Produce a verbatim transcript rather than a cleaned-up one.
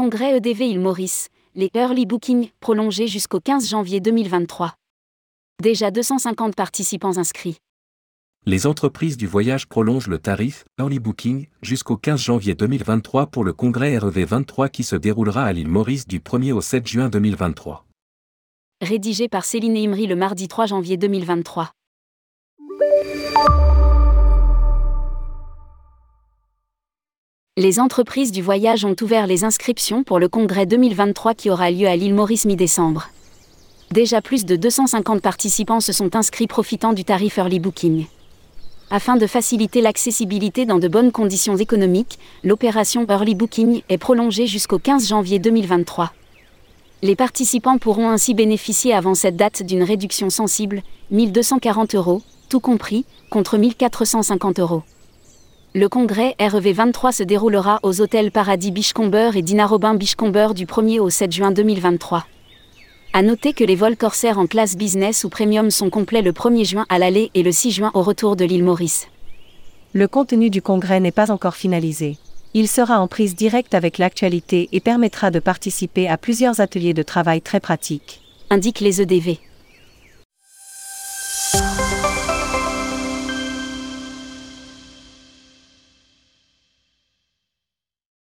Congrès E D V Île Maurice, les early bookings prolongés jusqu'au quinze janvier deux mille vingt-trois. Déjà deux cent cinquante participants inscrits. Les entreprises du voyage prolongent le tarif Early Booking jusqu'au quinze janvier deux mille vingt-trois pour le congrès R E V vingt-trois qui se déroulera à l'île Maurice du premier au sept juin deux mille vingt-trois. Rédigé par Céline Imri le mardi trois janvier deux mille vingt-trois. Les entreprises du voyage ont ouvert les inscriptions pour le congrès deux mille vingt-trois qui aura lieu à l'île Maurice mi-décembre. Déjà plus de deux cent cinquante participants se sont inscrits profitant du tarif Early Booking. Afin de faciliter l'accessibilité dans de bonnes conditions économiques, l'opération Early Booking est prolongée jusqu'au quinze janvier deux mille vingt-trois. Les participants pourront ainsi bénéficier avant cette date d'une réduction sensible, mille deux cent quarante euros, tout compris, contre mille quatre cent cinquante euros. Le congrès R E V vingt-trois se déroulera aux hôtels Paradis Bichcomber et Dina Robin Bichcomber du premier au sept juin deux mille vingt-trois. À noter que les vols Corsair en classe business ou premium sont complets le premier juin à l'aller et le six juin au retour de l'île Maurice. Le contenu du congrès n'est pas encore finalisé. Il sera en prise directe avec l'actualité et permettra de participer à plusieurs ateliers de travail très pratiques, indiquent les E D V.